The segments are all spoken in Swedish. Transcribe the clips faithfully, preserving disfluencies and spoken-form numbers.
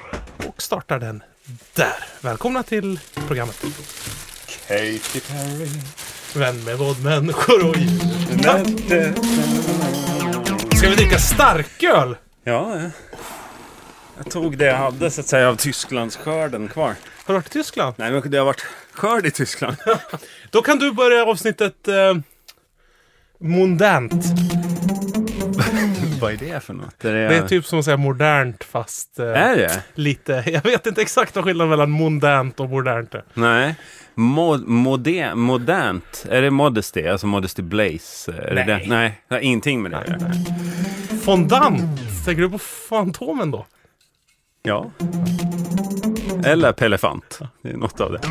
Och startar den där. Välkomna till programmet. Katy Perry. Vän med vad människor och djur. Ska vi dricka starköl? Ja, jag tog det jag hade så att säga av Tysklands skörden kvar. Har du varit i Tyskland? Nej, men det har varit skörd i Tyskland. Då kan du börja avsnittet eh, mondant. Vad är det för något? Det är, Det är typ som att säga modernt fast eh, är det? lite. Jag vet inte exakt vad skillnaden mellan mondant och modernt är. Nej. Mod, mode, modernt. Är det Modesty? Alltså Modesty Blaze? Är Nej. Det det? Nej, det har ingenting med det. Nej, nej. Fondant. Tänker du på Fantomen då? Ja. Eller Pelefant. Det är något av det.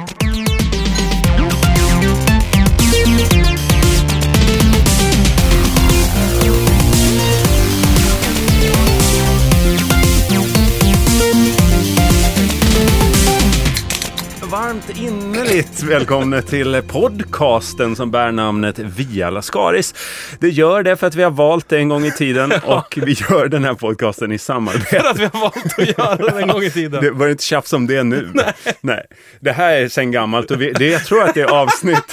Varmt innerligt välkomna till podcasten som bär namnet Via Lascaris. Det gör det för att vi har valt det en gång i tiden och vi gör den här podcasten i samarbete. För att vi har valt att göra den en gång i tiden. Det var inte tjafs om det nu. Nej. Nej. Det här är sen gammalt och vi, det, jag tror att det är avsnitt.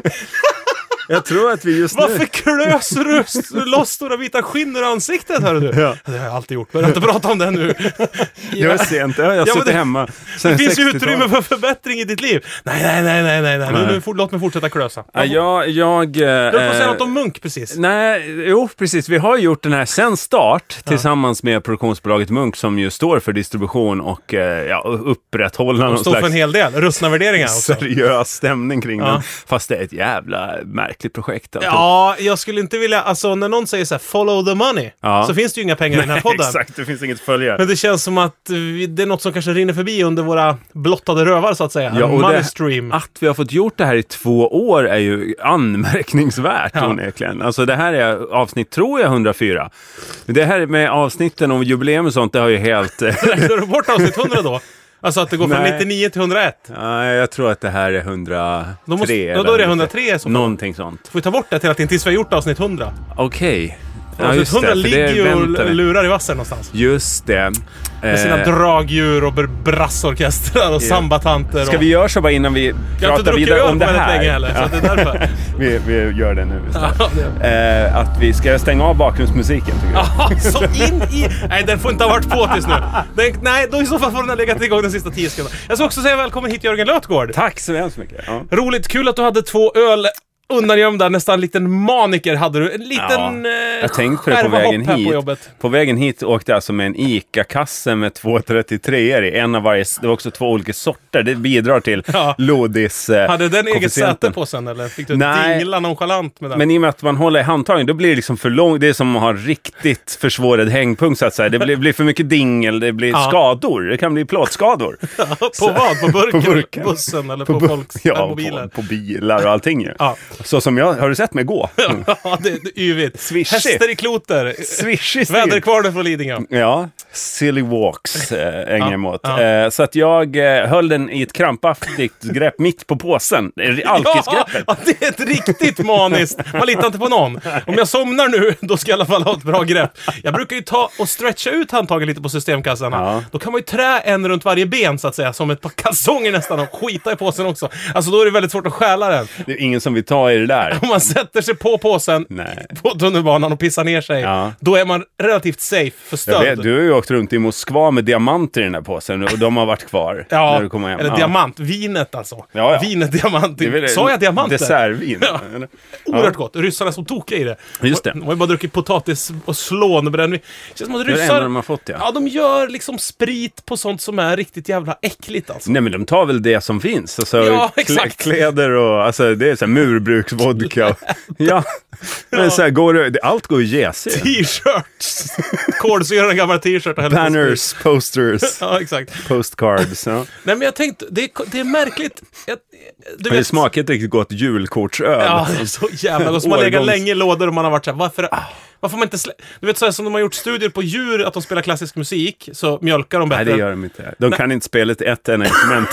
Jag tror att vi just nu... Varför klöser du loss stora vita skinn ur ansiktet, hör du? Ja. Det har jag alltid gjort. Börja inte prata om det nu. Det var sent. Jag har Ja, suttit det, hemma sen det finns sextiotalet. utrymme för förbättring i ditt liv. Nej, nej, nej, nej, nej. nej. Nej. Nu, nu, låt mig fortsätta klösa. Ja, jag... jag Du höll på att säga eh, något om Munk precis. Nej, jo precis. Vi har gjort den här sen start tillsammans med produktionsbolaget Munk som ju står för distribution och eh, ja, upprätthålla någon Står för en slags hel del. Rustna värderingar också. seriös stämning kring Ja. den. Fast det är ett jävla märkligt projekt. Alltså. Ja, jag skulle inte vilja... Alltså, när någon säger så här, follow the money, Ja. så finns det ju inga pengar i den här podden. Exakt, det finns inget följe. Men det känns som att vi, det är något som kanske rinner förbi under våra blottade rövar, så att säga. Ja, och Money det- stream. Att vi har fått gjort det här i två år är ju anmärkningsvärt Ja. onekligen. Alltså det här är avsnitt, tror jag, hundrafyra. Det här med avsnitten om jubileum och sånt, det har ju helt... Räknar du bort avsnitt hundra då? Alltså att det går från Nej. nittionio till hundraett. Nej, jag tror att det här är hundratre. Då, måste, eller då är det hundratre i så fall. någonting sånt. Får vi ta bort det till att tills vi har gjort avsnitt hundra. Okej. Ja, Avsnitt just det, hundra för det ligger ju väntar och vi. lurar i vassen någonstans. Just det. Med sina Eh, dragdjur och brassorkestrar och sambatanter. Ska och... vi göra så bara innan vi Jag har inte pratar druckit vidare öl om på det väldigt här? länge heller, så att det är därför. vi, vi gör det nu istället. Ja, det- eh, Att vi ska stänga av bakgrundsmusiken, tycker jag. Ja, så in i... Nej, den får inte ha varit på tills nu. Den, nej, då i så fall får den ha legat igång den sista tio sekunderna. Jag ska också säga välkommen hit, Jörgen Lötgård. Tack så hemskt mycket. Ja. Roligt, kul att du hade två öl undangömda, nästan en liten maniker hade du. En liten Ja, eh, jag tänkte på det på skärva vägen hopp här hit. På jobbet. På vägen hit åkte jag alltså med en Ica-kasse med två trettiotre i. En av varje, det var också två olika sorter. Det bidrar till Ja. lodis eh, Hade den eget koefficienten. säte på sen, eller fick du Nej. dingla nonchalant med den? Men i och med att man håller i handtagen, då blir det liksom för långt. Det är som att ha riktigt försvarad hängpunkt, så att säga. Det blir, blir för mycket dingel, det blir Ja. skador. Det kan bli plåtskador. på vad? På burken? På burken. Bussen eller På på, bu- folks ja, mobiler? på, på bilar och allting ju. Ja. Så som jag, har du sett mig gå? Ja, det, det är yvigt. Swishigt. Hästar i kloter. Swishig stil. Väderkvarnar från Lidingö. Ja, silly walks äh, ägnar emot. ja. Eh, så att jag eh, höll den i ett krampaktigt grepp mitt på påsen. Alkisgreppet. Ja, det är ett riktigt maniskt. Man litar inte på någon. Om jag somnar nu, då ska jag i alla fall ha ett bra grepp. Jag brukar ju ta och stretcha ut handtagen lite på systemkassarna. Ja. Då kan man ju trä en runt varje ben, så att säga, som ett par kalsonger nästan, och skita i påsen också. Alltså då är det väldigt svårt att stjäla den. Det är ingen som vill ta i det där. Om man sätter sig på påsen Nej. på tunnelbanan och pissar ner sig, Ja. då är man relativt safe för Jag stöld. vet, du har ju åkt runt i Moskva med diamanter i den här påsen och de har varit kvar Ja, när du kommer hem. eller Ja. diamant. Vinet alltså. Ja, ja. Vinet, diamant. Det är väl Sa jag diamanter? Dessertvin. Ja. Eller? Oerhört Ja. gott. Ryssarna som tokiga i det. Just det. De har ju bara druckit potatis och slån och brännvin. Det känns som att Det är det ryssar... enda de har fått, ja. Ja, de gör liksom sprit på sånt som är riktigt jävla äckligt alltså. Nej, men de tar väl det som finns. Alltså, Ja, klä- exakt. Kläder och, alltså det är så här murbruksvodka. Och, ja, men så här går det, det- allt går ju jäs. T-shirts. Kolsyra, en gammal t-shirt och häller på Banners, sprit. posters, Ja, exakt. postcards. Ja. Nej, men jag tänkte, det är, det är märkligt. Jag, du Det smakar ett riktigt gott julkortsöl. Ja, det är så jävla gott. Som man lägger Årgångs- länge i lådor och man har varit så här, varför... Varför man inte slä... Du vet så här, som de har gjort studier på djur, att de spelar klassisk musik, så mjölkar de bättre. Nej, det gör de inte. De kan inte spela ett ett enda instrument.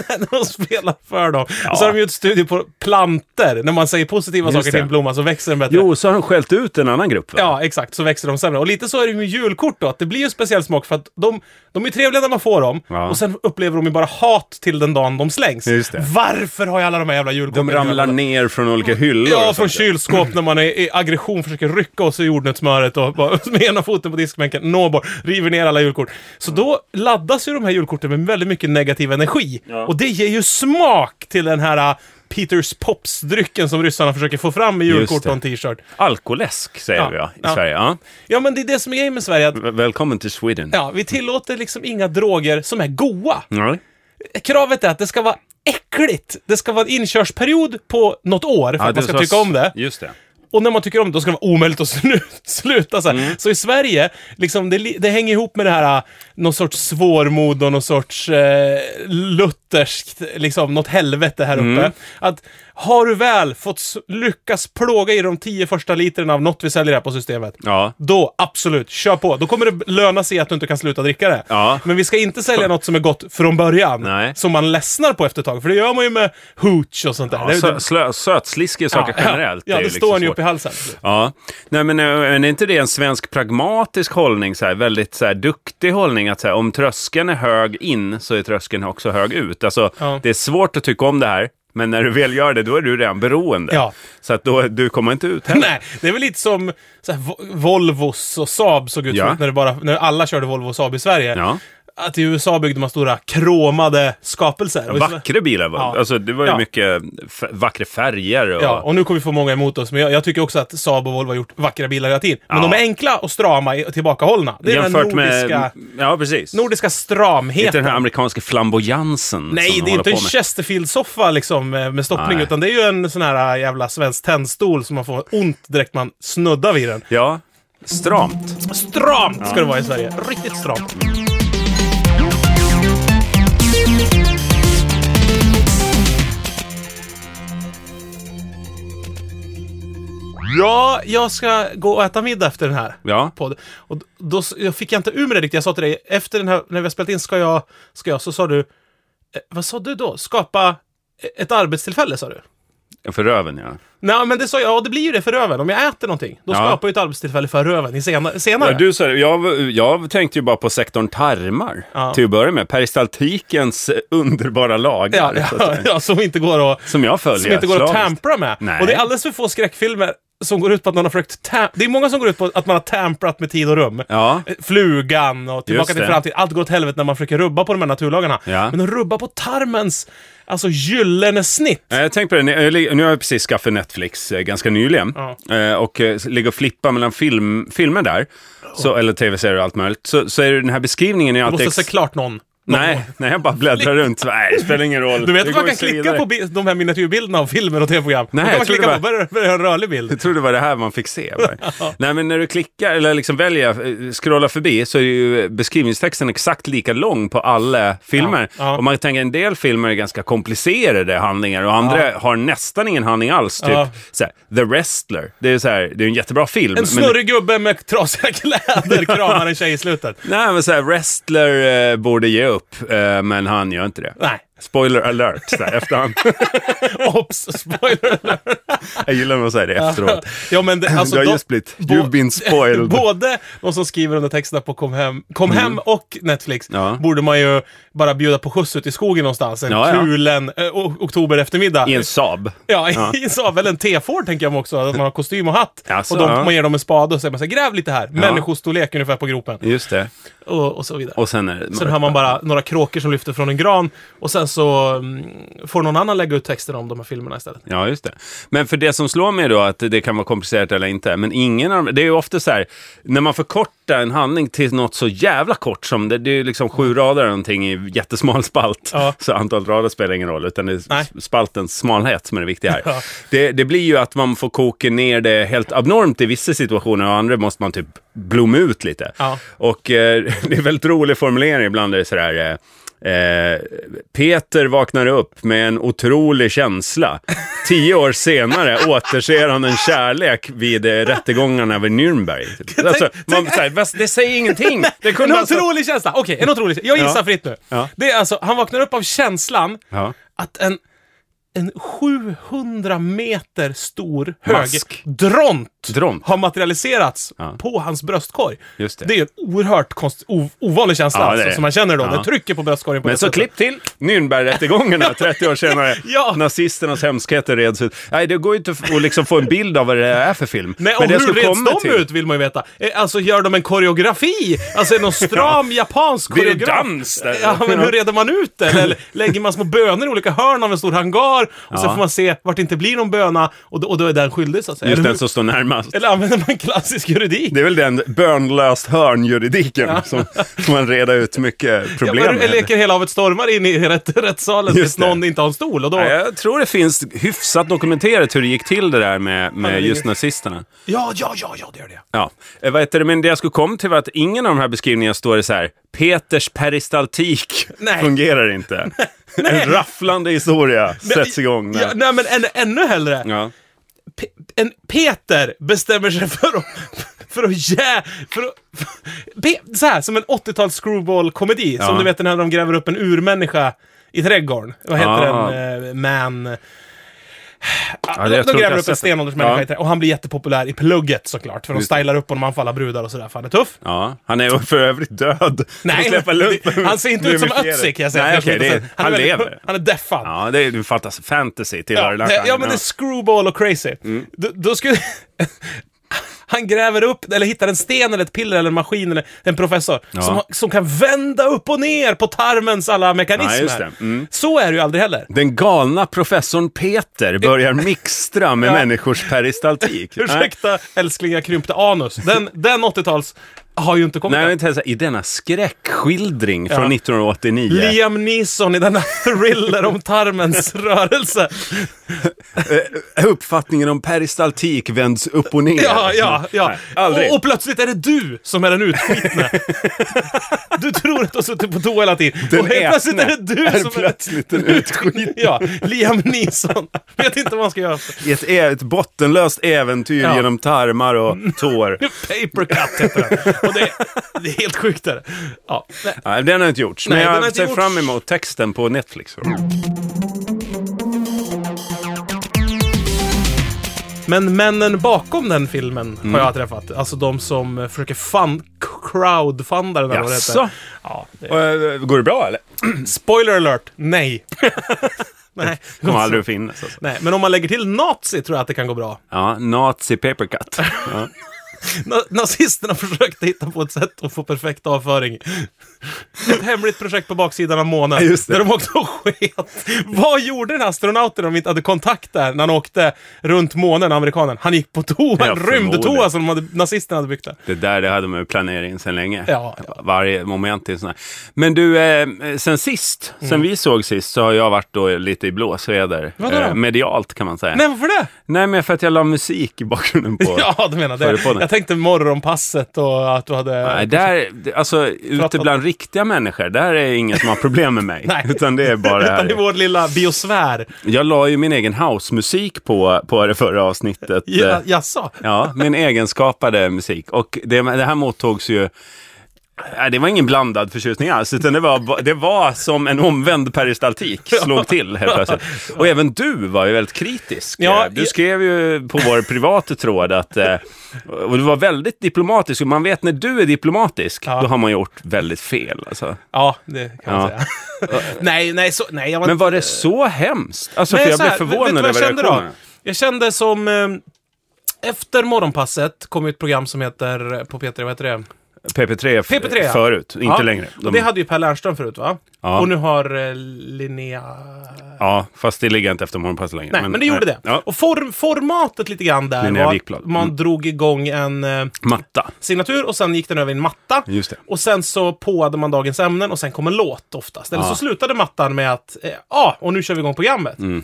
när de spelar för dem. Ja. Och så har de gjort studier på planter. När man säger positiva Just saker det. till en blomma så växer den bättre. Jo, så har de skällt ut en annan grupp, va? Ja, exakt. Så växer de sämre. Och lite så är det med julkort då. Att det blir ju speciell smak för att de, de är trevliga när man får dem. Ja. Och sen upplever de ju bara hat till den dagen de slängs. Just det. Varför har jag alla de här jävla julkorten? De ramlar ner från olika hyllor. Ja, och från sånt. kylskåp när man är i aggression försöker rycka oss i jordnötssmöret och bara med ena foten på diskbänken, nåbar, river ner alla julkort. Så då laddas ju de här julkorten med väldigt mycket negativ energi. Ja. Och det ger ju smak till den här uh, Peters Pops-drycken som ryssarna försöker få fram i julkort och en t-shirt. Alkoläsk, säger Ja. vi ja, i Ja. Sverige. Ja. Ja, men det är det som är grejen med Sverige. Att, V- Välkommen till Sweden. ja, vi tillåter liksom inga droger som är goa. Ja. Kravet är att det ska vara äckligt. Det ska vara en inkörsperiod på något år för Ja, att man det ska var tycka om det. Just det. Och när man tycker om det, då ska det vara omöjligt att slu- sluta så här. Mm. Så i Sverige, liksom, det, li- det hänger ihop med det här, äh, någon sorts svårmod och någon sorts eh, lutherskt, liksom, något helvete här uppe. Mm. Att har du väl fått s- lyckas plåga i de tio första literna av något vi säljer här på systemet, Ja. då absolut, kör på. Då kommer det löna sig att du inte kan sluta dricka det. Ja. Men vi ska inte sälja något som är gott från början. Nej. Som man ledsnar på efter ett tag. För det gör man ju med hooch och sånt där. Ja, det, sö- slö- sötsliskiga saker generellt. Ja, är det ju står liksom en ju svårt. upp i halsen. Ja, nej men, eh, men är inte det en svensk pragmatisk hållning, så här, väldigt så här, duktig hållning att så här, om tröskeln är hög in så är tröskeln också hög ut. Alltså, Ja. det är svårt att tycka om det här, men när du väl gör det, då är du redan beroende. Ja. Så att då, du kommer inte ut heller. Nej, det är väl lite som så här, Vo- Volvos och Saab såg ut Ja. förut när, det bara, när alla körde Volvo och Saab i Sverige. Ja. Att i U S A byggde man stora kromade skapelser. Och i Sve- Vackra bilar var Ja. alltså, det var ju Ja. mycket f- vackra färger. Och, Ja, och nu kommer vi få många emot oss, men jag, jag tycker också att Saab och Volvo har gjort vackra bilar hela tiden. Men Ja. de är enkla och strama och tillbakahållna. Det är jämfört den nordiska, med... Ja, precis. nordiska Inte stramheten. den här amerikanska flamboyansen. Nej, som de det är håller inte en på med. Chesterfield-soffa liksom, med med stoppning, Nej. utan det är ju en sån här jävla svensk tändstol som man får ont direkt man snuddar vid den. Ja, stramt. Stramt ska det vara i Sverige. Riktigt stramt. Ja, jag ska gå och äta middag efter den här Ja. podden. Och då jag fick jag inte ur med det riktigt. Jag sa till dig, efter den här, när vi har spelat in ska jag, ska jag, så sa du, eh, vad sa du då? Skapa ett arbetstillfälle, sa du? För röven, ja. Nej, men det sa jag, ja, det blir ju det för röven. Om jag äter någonting, då Ja. skapar jag ett arbetstillfälle för röven i sena, senare. Ja, du sa det. Jag, jag tänkte ju bara på sektorn tarmar Ja. till att börja med. Peristaltikens underbara lagar. Ja, så att ja, säga. ja, som inte går att, Som jag följer. som inte går att slaviskt. tampra med. Nej. Och det är alldeles för få skräckfilmer som går ut på att man har försökt tam- Det är många som går ut på att man har tamprat med tid och rum. Ja. Flugan och Tillbaka Just till det. framtid. Allt går åt helvete när man försöker rubba på de här naturlagarna. Ja. Men att rubba på tarmens, alltså gyllene snitt. Ja, Jag tänkte på det, jag lig- nu har jag precis skaffat Netflix eh, ganska nyligen. Ja. Eh, och eh, ligger och flippar mellan film, filmer där. Så, eller tv-serier och allt möjligt. Så, så är det den här beskrivningen är Du alltid... måste se klart någon. Nej, nej, jag bara bläddrar runt. Så, nej, det spelar ingen roll. Du vet Det att man går kan ju så klicka vidare. på bi- de här miniatyrbilderna av filmer och tv-program. Nej, Då kan jag man tror klicka det på, börjar börjar en rörlig bild. Jag tror det var det här man fick se. Nej, men när du klickar eller liksom väljer, eh, scrolla förbi, så är ju beskrivningstexten exakt lika lång på alla filmer. Ja, ja. Och man tänker en del filmer är ganska komplicerade handlingar och andra Ja. har nästan ingen handling alls. Typ Ja. så här, The Wrestler. Det är, så här, det är en jättebra film. En men, snurrig gubbe med trasiga kläder kramar en tjej i slutet. nej, men så här, Wrestler eh, borde ge upp, eh, men han gör inte det. Nej. Spoiler alert, så här, efterhand. Ops, spoiler alert. Jag gillar när man säger det efteråt. Ja, men det, alltså, Du har de- just blivit, bo- you've been spoiled. Både de som skriver under texterna på Kom Hem, Kom Hem och Netflix Ja. borde man ju bara bjuda på skjuts ut i skogen någonstans. En Ja, ja. kulen eh, o- oktober eftermiddag. I en Saab. Ja, i, i en Saab, eller en T-Ford tänker jag mig också. Att man har kostym och hatt. Jaså, och de, ja. man ger dem en spade och säger man så här, gräv lite här. Människostorlek ungefär på gropen. Just det. Och, och så vidare. Och sen är det... Sen hör man bara några kråkor som lyfter från en gran. Och sen så mm, får någon annan lägga ut texten om de här filmerna istället. Ja, just det. Men för det som slår mig då, att det kan vara komplicerat eller inte, men ingen av, det är ju ofta så här, när man förkortar en handling till något så jävla kort som det, det är ju liksom sju rader eller någonting i jättesmal spalt, Ja. så antal rader spelar ingen roll, utan det är Nej. spaltens smalhet som är det viktiga här. Ja. Det, det blir ju att man får koka ner det helt abnormt i vissa situationer, och andra måste man typ blomma ut lite. Ja. Och eh, det är väldigt rolig formulering, ibland är det sådär... Eh, Eh, Peter vaknar upp med en otrolig känsla. Tio år senare återser han en kärlek vid eh, rättegångarna vid Nürnberg. Alltså, man, så här, Fast det säger ingenting. Det En kunde alltså... otrolig känsla. Okej, en otrolig känsla. Jag gissar Ja. fritt nu. Ja. Det är alltså, han vaknar upp av känslan Ja. att en, en sjuhundra meter stor hög Mask. dront, Dront. har materialiserats Ja. på hans bröstkorg. Just det. Det är ju en oerhört konst, o, ovanlig känsla Ja, det är alltså, det. som man känner då. Ja. Den trycker på bröstkorgen på Men det så sättet. klipp till Nürnbergrättegångarna trettio år senare. Ja. Nazisternas hemskheter reds ut. Nej, det går ju inte att liksom få en bild av vad det är för film. Nej, Men och det hur ska reds komma de till. ut vill man ju veta. Eh, Alltså gör de en koreografi? Alltså är det någon stram japansk Blir det koreograf? dans där? Ja, men hur reder man ut det? Eller lägger man små bönor i olika hörn av en stor hangar och sen Ja. får man se vart det inte blir någon böna och då, och då är den skyldig så att säga. Just eller, den hur? som står närmast. Eller använder man klassisk juridik? Det är väl den bönlöst hörn-juridiken som, som man reder ut mycket Ja, problem men, med. leker hela havet stormar in i rätt, rättssalen Just tills någon det. inte har en stol och då... Ja, jag tror det finns hyfsat dokumenterat hur det gick till det där med, med det just ligger- nazisterna. Ja, ja, ja, ja, det gör det. Ja, eh, vad heter det? Men det jag skulle komma till var att ingen av de här beskrivningarna står det så här: Peters peristaltik Nej. fungerar inte. En rafflande historia sätts igång. Ja, nej, men än, ännu hellre. Ja. Pe- en Peter bestämmer sig för att för att jä... För att, för, Pe- så här, som en åttio-tals screwball-komedi. Ja. Som du vet när de gräver upp en urmänniska i trädgården. Vad heter Ah. den? Uh, man... Ja, det- de jag tror de inte gräver jag upp en sett stenåldersmänniska Ja. i trädgården. Och han blir jättepopulär i plugget såklart. För de Just det. stylar upp honom och anfaller brudar och sådär. För han är tuff. Ja, han är ju för övrigt död. Nej, Släppa lumpen. det- han ser inte ut som Mumifierad. Ötzi kan jag säga. Nej, okej, det är- han, han är väldigt- lever. Han är deffad. Ja, det är ju fantastiskt. Fantasy till Ja, den där det, ja, genren, men det är screwball och crazy. Då, då skulle... Han gräver upp, eller hittar en sten eller ett piller eller en maskin eller en professor Ja. som, har- som kan vända upp och ner på tarmens alla mekanismer. Ja, just det. Mm. Så är det ju aldrig heller. Den galna professorn Peter börjar mixtra med Ja. människors peristaltik. Ursäkta, älskling, jag krympte anus. Den, den åttio-tals har ju inte kommit Nej, än. men inte så här, i denna skräckskildring Ja. från nittonhundraåttionio. Liam Neeson i denna thriller om tarmens rörelse. Eh, Uppfattningen om peristaltik vänds upp och ner. Ja, ja, ja. Nej, aldrig. Och, och plötsligt är det du som är den utskitne. Du tror att du har suttit på toa hela tiden. Den och helt plötsligt är ätne det du är som plötsligt en är utskitne. Ja, Liam Neeson. Vet inte vad man ska göra. I ett, e- ett bottenlöst äventyr Ja. genom tarmar och tår. Paper Cut heter den. Och det, det är helt sjukt. Är det. Ja, nej. Nej, den har inte gjorts. Men Nej, den har jag inte ser gjorts. fram emot texten på Netflix. Men männen bakom den filmen Mm. har jag träffat. Alltså de som eh, försöker fun, crowdfunda den. eller vad det heter. Jaså? Ja, det, Och, eh, Går det bra eller? spoiler alert, nej. nej. Kommer aldrig att finnas. Alltså. Nej, men om man lägger till nazi tror jag att det kan gå bra. Ja, nazi papercut. Ja. Na- nazisterna försökte hitta på ett sätt att få perfekt avföring. Ett hemligt projekt på baksidan av månen. Ja, just det. Där de åkte och sket. Vad gjorde den astronauten om vi inte hade kontakt där när han åkte runt månen, amerikanen? Han gick på toa, Ja, en rymdtoa förmodligen. som de hade, nazisterna hade byggt där. Det där det hade man ju planering sedan länge. Ja, ja. Varje moment i en sån här. Men du, eh, sen sist, Mm. sen vi såg sist så har jag varit då lite i blåsväder. Vadå då? Eh, medialt kan man säga. Nej, varför det? Nej, men för att jag la musik i bakgrunden på... Ja, du menar Förde det. på den. Jag tänkte morgonpasset och att du hade... Nej, där, det- alltså ute bland riktiga människor, där är ingen som har problem med mig. Nej. Utan det är bara det Utan i här. vår lilla biosfär. Jag la ju min egen housemusik på, på det förra avsnittet. Ja, Eh, jaså? Ja, min egenskapade musik. Och det, det här mottogs ju... Nej, det var ingen blandad förtjusning alls, utan det var, det var som en omvänd peristaltik slog till helt plötsligt. Och även du var ju väldigt kritisk. Ja, Du jag- skrev ju på vår privata tråd att... eh, Och du var väldigt diplomatisk. Och man vet när du är diplomatisk, Ja. då har man gjort väldigt fel. Alltså. Ja, det kan man Ja. säga. nej, nej, så, nej, jag var Men inte- var det så hemskt? Alltså, Nej, för jag så blev här, förvånad vet du vad över jag kände då? reaktionerna. Jag kände som... Eh, efter morgonpasset kom ett program som heter, på P tre, vad heter det? P P tre, f- P P tre, ja. förut, inte Ja, längre. Och det hade ju Per Lernström förut, va? Ja. Och nu har eh, Linnea... Ja, fast det ligger inte efter morgonpass längre. Nej, men, det gjorde det. Ja. Och form, formatet lite grann där Linnea var Wikblad. att man Mm. drog igång en eh, Matta, signatur och sen gick den över i en matta. just det. Och sen så påade man dagens ämnen och sen kom en låt oftast. Eller Ja. så slutade mattan med att, ja, eh, ah, och nu kör vi igång programmet. Mm.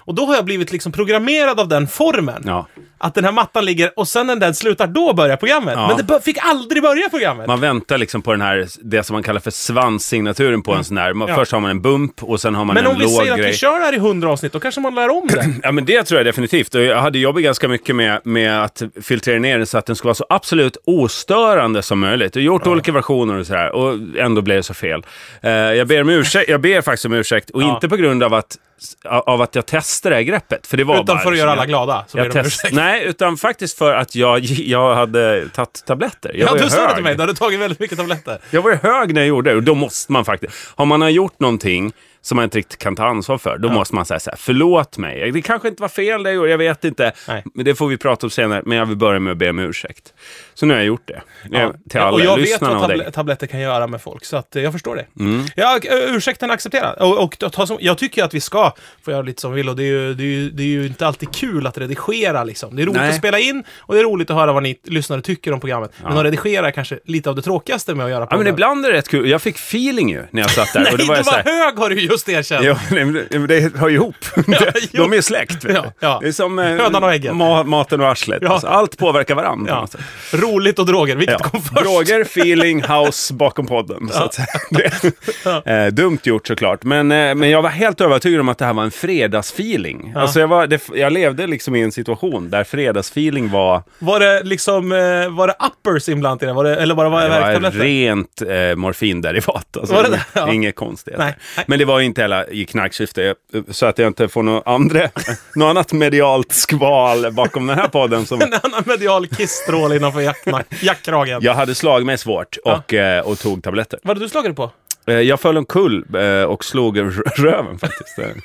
Och då har jag blivit liksom programmerad av den formen. Ja. Att den här mattan ligger och sen när den slutar, då börjar programmet. Ja. Men det bör- fick aldrig börja programmet. Man väntar liksom på den här, det som man kallar för svanssignaturen på en sån här. Man, Ja. Först har man en bump och sen har man Men en om vi låg säger att grej. vi kör här i hundra avsnitt, då kanske man lär om det. Ja, men det tror jag definitivt. Och jag hade jobbat ganska mycket med, med att filtrera ner den så att den ska vara så absolut ostörande som möjligt. Och gjort ja. olika versioner och så här. Och ändå blev det så fel. Uh, jag ber om ursäkt. Jag ber faktiskt om ursäkt. Och Ja. inte på grund av att av att jag testade det här greppet. För det var Utan bara, för att göra alla glada. Så jag ber de om test, ursäkt. nej, utan faktiskt för att jag, jag hade tagit tabletter. Jag Ja, var ju du sa det hög. till mig. Du hade tagit väldigt mycket tabletter. Jag var ju hög när jag gjorde det. Och då måste man faktiskt... Har man har gjort någonting som man inte riktigt kan ta ansvar för, då ja. måste man säga så här: förlåt mig. Det kanske inte var fel det jag gjorde, jag vet inte. Nej. Men det får vi prata om senare. Men jag vill börja med att be om ursäkt. Så nu har jag gjort det. Ja. Till alla och jag vet lyssnarna vad och tabl- dig. tabletter kan göra med folk, så att, eh, jag förstår det. Mm. Jag, uh, ursäkten accepterar. Och, och ta som, jag tycker att vi ska få göra lite som vi vill, och det är, ju, det, är ju, det är ju inte alltid kul att redigera liksom. Det är roligt Nej. att spela in, och det är roligt att höra vad ni lyssnare tycker om programmet. Ja. Men att redigera är kanske lite av det tråkigaste med att göra på Ja, men ibland är det rätt kul. Jag fick feeling ju när jag satt där. Nej, och det du var, var så här, hög har du just erkänt. ja, men det hör ju ihop. De är släkt. Vet Ja, du. ja. Det är som eh, Hönan och ägget. ma- maten och arslet. Ja. Alltså, allt påverkar varandra. Ja. Alltså. Roligt och droger, vilket Ja. kom först? Droger, feeling, house bakom podden. Så att säga. Det, eh, dumt gjort såklart. Men, eh, men jag var helt övertygad om att det här var en fredagsfeeling. Ja. Alltså jag, var, det, jag levde liksom i en situation där fredagsfeeling var... Var det liksom, eh, var det uppers inblandat i det? Var det, eller bara var det Det var värktabletter? rent eh, morfinderivat. Alltså, Var det det? Ja. Inget konstigt. Nej. Nej. Men det var inte heller i knarksyfte. Så att jag inte får något, andra, något annat medialt skval bakom den här podden. Som... En annan medial kissstråle innanför jackna- jackkragen. Jag hade slagit mig svårt och, Ja. eh, och tog tabletter. Vad hade du slagit på? Eh, Jag föll omkull eh, och slog r- röven faktiskt. Eh,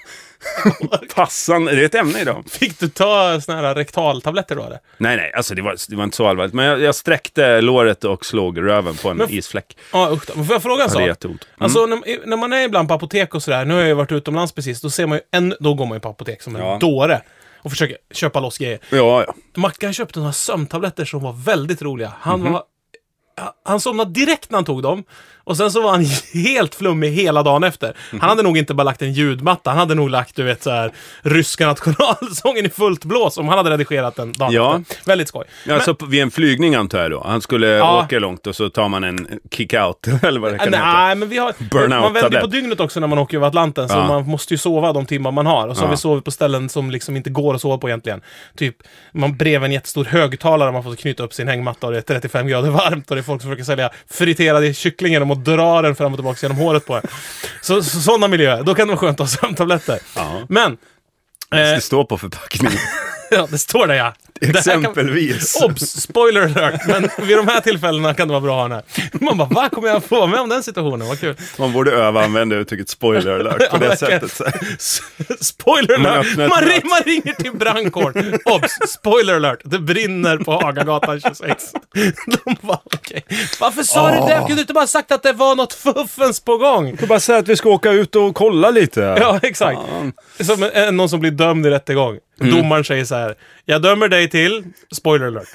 Passan, det är ett ämne idag. Fick du ta såna här rektaltabletter då eller? Nej, nej, alltså det var, det var inte så allvarligt. Men jag, jag sträckte låret och slog röven på en Men- isfläck. Ja, usch då. Men får jag fråga en Det sak? hade jätteont. Mm. Alltså när, när man är ibland på apotek och sådär, nu har jag ju varit utomlands precis, då ser man ju en, då går man ju på apotek som en Ja. dåre och försöker köpa loss grejer. Ja, ja. Mackan köpte några sömntabletter som var väldigt roliga. Han Mhm. var han somnade direkt när han tog dem. Och sen så var han helt flummig hela dagen efter. Mhm. Han hade nog inte bara lagt en ljudmatta. Han hade nog lagt, du vet, så här ryska nationalsången i fullt blås om han hade redigerat den dagen Ja. efter. Väldigt skoj. Ja, Men- så på- vid en flygning antar jag då. Han skulle Ja. åka långt och så tar man en kick-out eller vad det kan heta. Nej, men vi har... Burnout man vänder ju på tablett. dygnet också när man åker över Atlanten, så Ja. man måste ju sova de timmar man har. Och så Ja. har vi sovit på ställen som liksom inte går att sova på egentligen. Typ, man bredvid en jättestor högtalare, man får knyta upp sin hängmatta och det är trettiofem grader varmt och det är folk som försöker sälja friterade kycklingar och må dra den fram och tillbaka genom håret på en. Så, så sådana miljöer, då kan det vara skönt att ha sömntabletter. Ja. Men, Det eh, står på förpackningen. ja, det står där ja. Det här kan- Exempelvis. Obs! Spoiler alert! Men vid de här tillfällena kan det vara bra att ha den här. Man bara, vad kommer jag få med om den situationen? Vad kul. Man borde öva använda uttrycket spoiler alert på Ja, det verkligen. sättet. Så här. S- Spoiler Man alert! öppnar ett Man, blad. ring, man ringer till brandkåren. Obs! Spoiler alert! Det brinner på Hagagatan tjugosex. De bara, okej. Varför sa du det? Kunde du inte bara sagt att det var något fuffens på gång? Jag kan bara säga att vi ska åka ut och kolla lite. Ja, exakt. Som en, en, någon som blir dömd i rättegång. Mm. Domaren säger så här: jag dömer dig till, spoiler alert,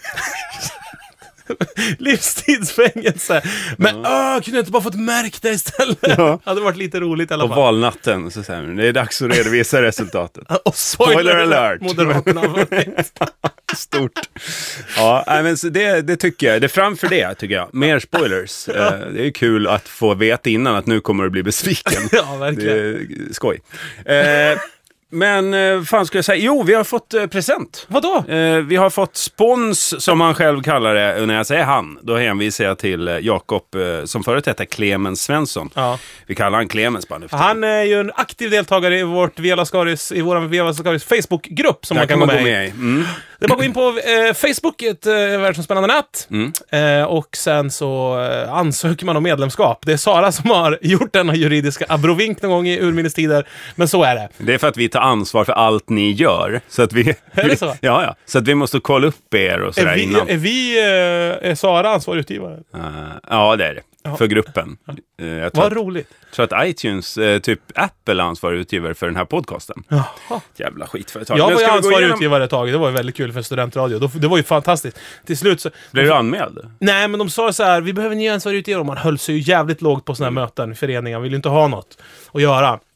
livstidsfängelse. Men mm. öh, kunde jag inte bara fått märkt det istället? Ja. Hade varit lite roligt i alla På fall. valnatten så säger man, det är dags att redovisa resultatet. Och spoiler, Spoiler alert. alert! Moderaterna har vunnit. Stort. Ja, nej, men så det, det tycker jag. Det är framför det, tycker jag. Mer spoilers. Eh, det är kul att få veta innan att nu kommer du bli besviken. Ja, Det verkligen. är skoj. Eh, men eh, fan ska jag säga? Jo, vi har fått eh, present. Vadå? Eh, vi har fått spons, som han själv kallar det. Och när jag säger han, då hänvisar jag till eh, Jakob, eh, som förut hette Clemens Svensson. Ja. Vi kallar han Clemens bara nu för tiden. Han är ju en aktiv deltagare i vårt Via Lascaris, i vår Via Lascaris Facebookgrupp som Där man kan, kan man gå gå med i. med i. Mm. Det är bara att gå in på eh, Facebook, ett eh, världsomspännande nät. Mm. Eh, och sen så eh, ansöker man om medlemskap. Det är Sara som har gjort denna juridiska abrovink någon gång i urminnes tider. Men så är det. Det är för att vi tar ansvar för allt ni gör. Så att vi, Är det så? Ja, ja. Så att vi måste kolla upp er och Är sådär vi, innan. är, vi eh, är Sara ansvarig utgivare? Uh, ja, det är det. Ja. För gruppen. Uh, jag tror Vad att, roligt. tror att iTunes, uh, typ Apple, är ansvarig utgivare för den här podcasten. Jaha. Jävla skitföretag. Jag Men var ju ska vi gå ansvarig igenom- utgivare ett tag. Det var ju väldigt kul för studentradio. Då- Det var ju fantastiskt. Till slut så... Blev du anmäld? Nej, men de sa så här: vi behöver en ny ansvarig utgivare. Och man höll sig ju jävligt lågt på såna här möten i föreningar. Vill ju inte ha något att göra.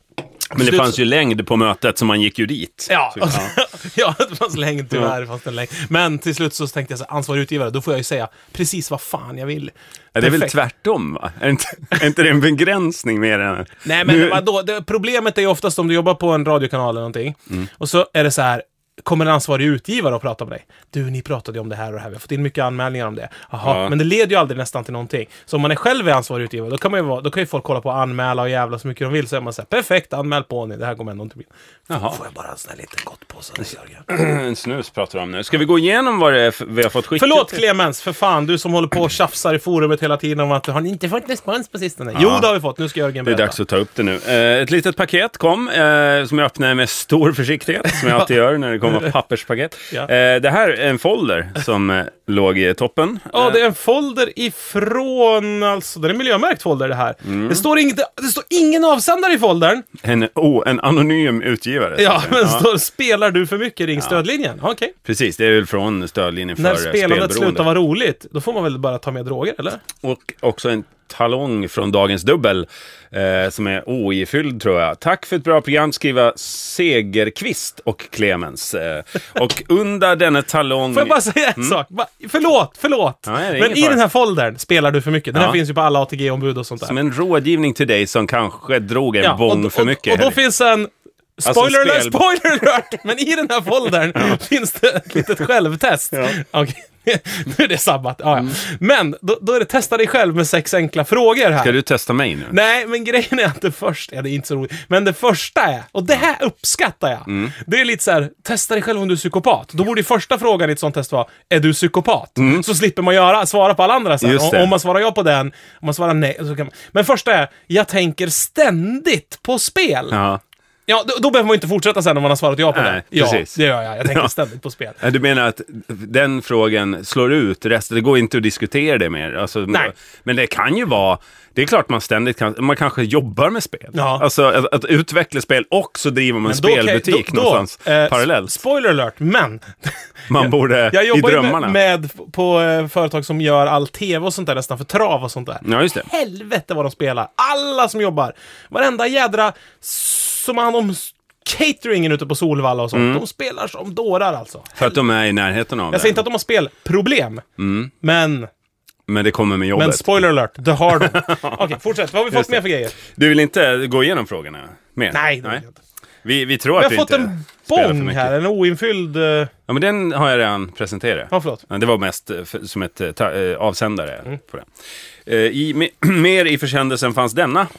Men det fanns ju längd på mötet, så man gick ju dit. Ja, så, ja. ja det fanns längd tyvärr. Ja. Fanns det längd. Men till slut så tänkte jag så här, ansvarig utgivare, då får jag ju säga precis vad fan jag vill. Ja, det är väl tvärtom, va? Är inte, är inte det en begränsning med den? Nej, men nu... vadå? Det, problemet är ju oftast om du jobbar på en radiokanal eller någonting. Mm. Och så är det så här, kommer en ansvarig utgivare och prata med dig. Du, ni pratade ju om det här och det här. Vi har fått in mycket anmälningar om det. Jaha, ja. Men det leder ju aldrig nästan till någonting. Så om man är själv är ansvarig utgivare, då kan, man ju vara, då kan ju folk kolla på och anmäla och jävla så mycket de vill. Så är man säger, perfekt, anmäl på ni. Det här kommer ändå inte bli. Jaha. Får jag bara en sån här liten gott på sig, Jörgen? En snus pratar du om nu. Ska vi gå igenom vad det är vi har fått skicka? Förlåt Clemens, för fan. Du som håller på och tjafsar i forumet hela tiden om att du har inte fått respons på sistone. Ja. Jo, det har vi fått. Nu ska Jörgen berätta. Det är dags att ta upp det nu. Eh, ett litet paket kom eh, som jag öppnade med stor försiktighet, som jag alltid gör när det kommer papperspaket. Ja. Eh, det här är en folder som eh, låg i toppen. Ja, det är en folder ifrån, alltså, det är en miljömärkt folder det här. Mm. Det står inget, det står ingen avsändare i foldern. En, oh, en anonym utgivare. Ja, men ja. Står, spelar du för mycket, ring stödlinjen. Ja. Okej. Precis, det är väl från stödlinjen för spelberoende. När spelandet slutar vara roligt, då får man väl bara ta med droger, eller? Och också en talong från Dagens Dubbel eh, som är oifylld, tror jag. Tack för ett bra program, skriva Segerqvist och Clemens. Eh, och under denna talong... Får jag bara säga en mm. sak? Bara, förlåt, förlåt. Ja, men i den här foldern spelar du för mycket. Den ja. här finns ju på alla A T G-ombud och sånt där. Som en rådgivning till dig som kanske drog en ja, bång och, för mycket. Och, och då finns en... Spoiler, alltså, alert, spoiler alert! Men i den här foldern ja. finns det ett litet självtest. Ja. Okej. Nu är det sabbat. Ja, ja. Mm. Men då, då är det testa dig själv med sex enkla frågor här. Ska du testa mig nu? Nej, men grejen är att det första, ja, det är inte så roligt, men det första är, och det här uppskattar jag. Mm. Det är lite så här, testa dig själv om du är psykopat. Då borde ju första frågan i ett sånt test vara, är du psykopat? Mm. Så slipper man göra, svara på alla andra sen. Om, om man svarar ja på den, om man svarar nej, så kan man... Men första är, jag tänker ständigt på spel. Ja. Ja, då, då behöver man inte fortsätta sen om man har svarat ja på Nej, det. Ja, precis. det gör jag. Jag tänker ja. ständigt på spel. Du menar att den frågan slår ut resten? Det går inte att diskutera det mer. Alltså, Nej. Men det kan ju vara... Det är klart man ständigt kan... Man kanske jobbar med spel. Ja. Alltså att, att utveckla spel och så driver man en spelbutik då, då, någonstans då, eh, parallellt. Spoiler alert, men... Man borde jag i drömmarna. Jag med, med på eh, företag som gör all tv och sånt där, nästan för trav och sånt där. Ja, just det. Helvete vad de spelar. Alla som jobbar. Varenda jädra som har hand om... cateringen ute på Solvalla och sånt. Mm. De spelar som dårar alltså. För att de är i närheten av Jag det. säger inte att de har spelproblem. Mm. Men... Men det kommer med jobbet. Men spoiler alert, det har de. Okej, okay, fortsätt. Vad har vi fått mer för grejer? Du vill inte gå igenom frågorna mer? Nej, det Nej. Inte. Vi, vi tror att vi inte... Jag har fått en bång här, en oinfylld... Uh... Ja, men den har jag redan presenterat. Ja, förlåt. Det var mest för, som ett ta, uh, avsändare mm. på det. Uh, i, me, mer i försändelsen fanns denna.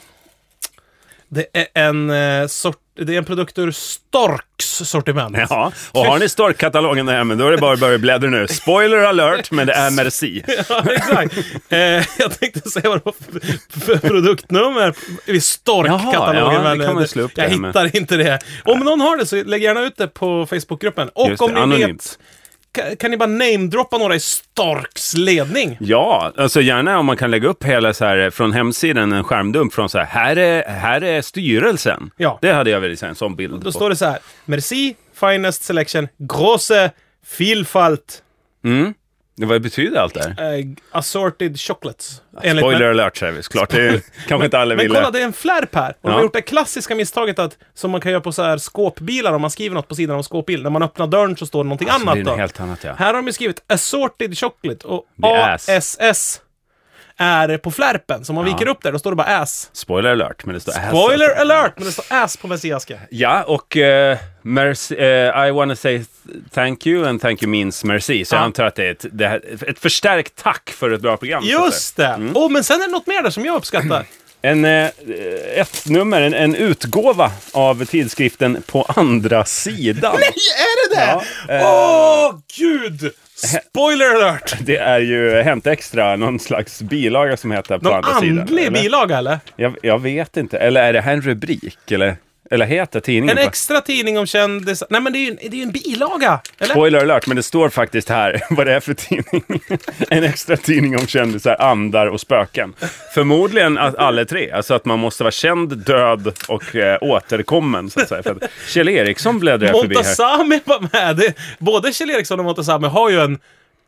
Det är en uh, sort... Det är en produkt ur Storks sortiment. Ja, och har ni Stork-katalogen där hemma, då är det bara att börja bläddra nu. Spoiler alert, men det är Merci. Ja, exakt. eh, jag tänkte säga vad det var för, för produktnummer i Stork-katalogen. Ja, men det kan man slå upp jag hittar med. inte det. Om någon har det så lägg gärna ut det på Facebookgruppen. Och Just om det, ni anonymt. vet... Kan, kan ni bara namedroppa några i Storks ledning? Ja, alltså gärna om man kan lägga upp hela så här från hemsidan en skärmdump från så här, här är, här är styrelsen. Ja. Det hade jag väl en sån bild Då på. står det så här, Merci, Finest Selection, Grosse, Vielfalt. Mm. Vad betyder allt det här? Uh, assorted chocolates. Spoiler med... alert, service. Klart, det är, kanske inte alla men, vill. Men kolla, det är en flärp här. Och ja. de har gjort det klassiska misstaget att, som man kan göra på så här skåpbilar, om man skriver något på sidan av skåpbil. När man öppnar dörren så står det någonting alltså, annat. Det är helt annat, ja. Här har de skrivit assorted chocolate och A S S är på flärpen. Så om man ja. viker upp där, då står det bara ass. Spoiler alert, men det står ass. Spoiler alltså. alert, men det står ass på Messiaska. Ja, och uh, merci, uh, I wanna say thank you, and thank you means merci. Så ja. jag antar att det är ett, det är ett förstärkt tack för ett bra program. Just det! Mm. Oh, men sen är det något mer där som jag uppskattar. En, eh, ett nummer, en, en utgåva av tidskriften På andra sidan. Nej, är det det? Åh, ja, eh, oh, gud! Spoiler alert! Det är ju Hänt Extra, någon slags bilaga som heter På någon andra sidan. Någon andlig bilaga, eller? Jag, jag vet inte. Eller är det här en rubrik, eller? Eller heter tidningen? En extra tidning om kändis... Nej, men det är ju en, det är ju en bilaga, eller? Spoiler alert, men det står faktiskt här vad det är för tidning. En extra tidning om kändisar, andar och spöken. Förmodligen att alla tre. Alltså att man måste vara känd, död och äh, återkommen, så att säga. För att Kjell Eriksson bläddrar förbi här. Montazami var med. Det, både Kjell Eriksson och Montazami har ju en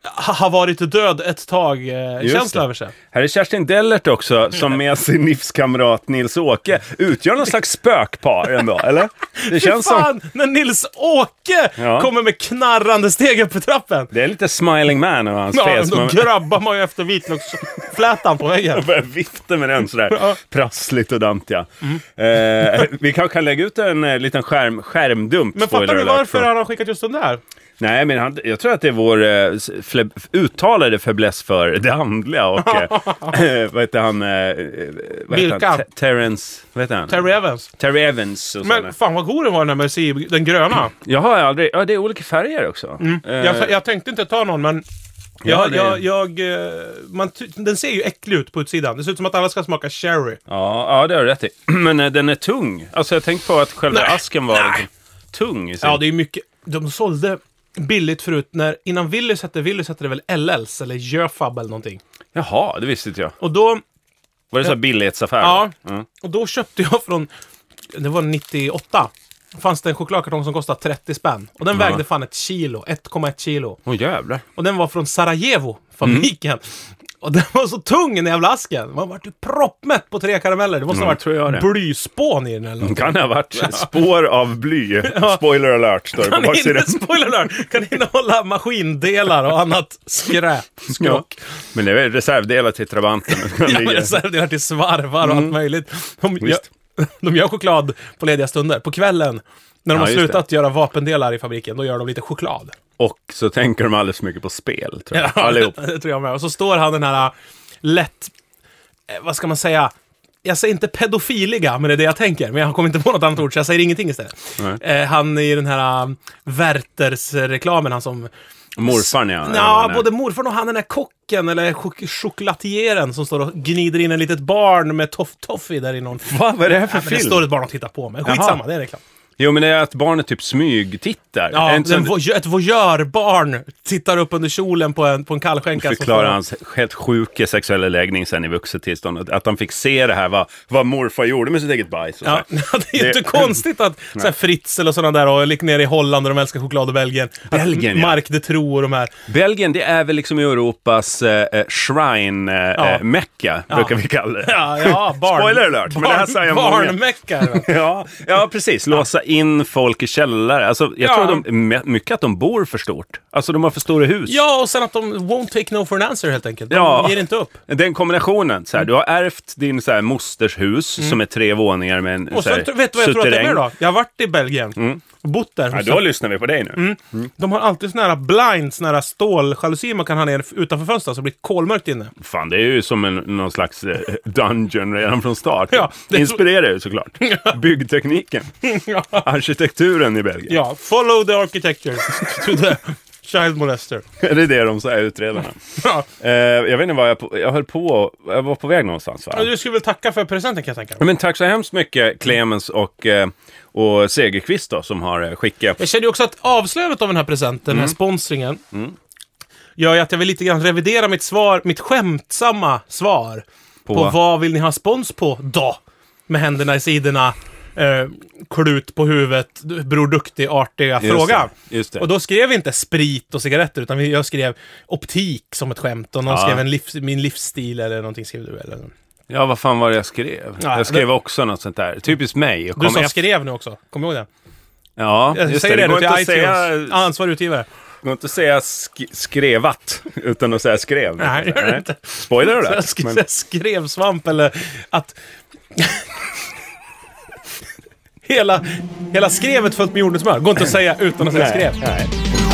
har varit död ett tag eh, känsla över sig. Här är Kerstin Dellert också, som med sin livskamrat Nils-Åke utgör någon slags spökpar ändå, eller? Det känns fan, som... när Nils-Åke Ja. kommer med knarrande steg upp för trappen. Det är lite Smiling Man och hans Ja, fes. då Man grabbar man ju efter vitlöksflätan på väggen. börjar vifta med den sådär Ja. prassligt och dantiga. Mm. Eh, vi kanske kan lägga ut en eh, liten skärm, skärmdump. Men fattar du varför han har skickat just den där? Nej, men han, jag tror att det är vår eh, fle, uttalade fäbless för det andliga och eh, vad heter han? Eh, vad Vilka? heter han? Te- Terrence, vad heter han? Terry Evans. Terry Evans och sådana. Men fan vad god den var den där med C, den gröna. Jag har aldrig, ja det är olika färger också. Mm. Eh, Jag, jag tänkte inte ta någon, men Ja, jag, det- jag, jag, eh, man, ty- den ser ju äcklig ut på utsidan. Det ser ut som att alla ska smaka sherry. ja, ja, det har du rätt i. Men eh, den är tung. Alltså jag tänkte på att själva Nej, asken var nej. liksom tung i sin... Ja, det är mycket. De sålde billigt förut. När, innan Willys hette Willys hette det väl L L's eller Jöfab eller någonting. Jaha, det visste inte jag. Och då, Var det så här billighetsaffär? ja, Mm. och då köpte jag från, det var nittioåtta. Fanns det en chokladkartong som kostade trettio spänn. Och den Ja. vägde fan ett kilo, ett komma ett kilo. Åh jävlar. Och den var från Sarajevo, fabriken. Mm. Och den var så tung, den jävla asken. Man var ju proppmätt på tre karameller. Det måste Ja, ha varit tror jag det. blyspån i den eller något. Kan det ha varit spår av bly? Spoiler alert står det på Kan baksidan. inte, spoiler alert, kan innehålla maskindelar och annat skräp. Ja. Skrock. Men det är väl reservdelar till Trabanten. Ja, men reservdelar till svarvar och allt möjligt. De gör, Visst. de gör choklad på lediga stunder. På kvällen, när de Ja, har just slutat göra vapendelar i fabriken, då gör de lite choklad. Och så tänker de alldeles för mycket på spel, tror jag. Ja, Allihop. det, det tror jag med. Och så står han den här äh, lätt, eh, vad ska man säga, jag säger inte pedofiliga, men det är det jag tänker. Men jag kommer inte på något annat ord, så jag säger ingenting istället. Eh, han i den här äh, Werthers-reklamen, han som... Morfarn, ja. Ja, Eller- både morfar och han den där kocken, eller chok- choklatieren som står och gnider in en litet barn med toff-toff i där i någon... Va, vad är det här för Ja, men det film? står ett barn och tittar på, men skitsamma, Jaha. det är reklam. Jo, men det är att barnet typ smygtittar. Ja, Är inte en så- vo- ett voyeurbarn tittar upp under kjolen på en, på en kallskänka. som förklara står- hans helt sjuka sexuella läggning sen i vuxet tillstånd. Att han fick se det här, vad, vad morfar gjorde med sitt eget bajs. Och Ja, så här. det är ju inte Det- konstigt att så här, Fritzl och sådana där, och lik ner i Holland och de älskar choklad och Belgien. Belgien, att ja. Marc de Tro och de här. Belgien, det är väl liksom Europas eh, shrine-mecka, eh, Ja. brukar vi kalla det. Ja, ja, barn. Spoiler alert, men det här säger jag många. Barnmäckar. Ja, ja, precis. Låsa in folk i källare. Alltså, jag Ja. tror de, me- mycket att de bor för stort. Alltså, de har för stora hus. Ja, och sen att de won't take no for an answer helt enkelt. De Ja. ger inte upp. Den kombinationen, så här, du har ärvt din så här, mosters hus som är tre våningar med en Mm. Och så sen, här, vet du vad jag tror att det är suterräng. då? Jag har varit i Belgien och bott där. Ja, då lyssnar vi på dig nu. Mm. De har alltid såna här blinds, såna här ståljalusier man kan ha ner utanför fönstret så det blir kolmörkt inne. Fan, det är ju som en, någon slags eh, dungeon redan från start. Ja, det är så- Inspirerar ju såklart. Byggtekniken. Ja. Arkitekturen i Belgien. Ja, follow the architecture to the child molester. Är det det de säger, utredarna? Ja. Eh, jag vet inte vad jag, på, jag höll på, jag var på väg någonstans, va? Ja, du skulle väl tacka för presenten kan jag tänka. Ja, men tack så hemskt mycket, Clemens och, eh, och Segerqvist då, som har eh, skickat. Jag känner ju också att avslöjandet av den här presenten, den här sponsringen, gör ju att jag vill lite grann revidera mitt svar, mitt skämtsamma svar på, På? vad vill ni ha spons på då? Med händerna i sidorna, eh, klut på huvudet, Bror Duktig, artiga Just fråga. det, just det. Och då skrev vi inte sprit och cigaretter, utan vi- jag skrev optik som ett skämt, och någon Ja. skrev en livs, min livsstil eller någonting skrev du, eller? Ja, vad fan var det jag skrev? Ja, jag skrev det- också något sånt där. Typiskt mig. Jag Du kom sa efter- skrev nu också, kommer du ihåg det? Ja, Jag just säger det. det, Det går nu inte till att iTunes. säga, Ansvarig utgivare. går inte att säga sk- skrevat utan att säga skrev. Nej, det gör det inte. Spoiler Så jag alert. sk- Men, skrev svamp eller att... hela, hela skrevet fullt med jordnötssmör. Går inte att säga utan att säga skrev. nej.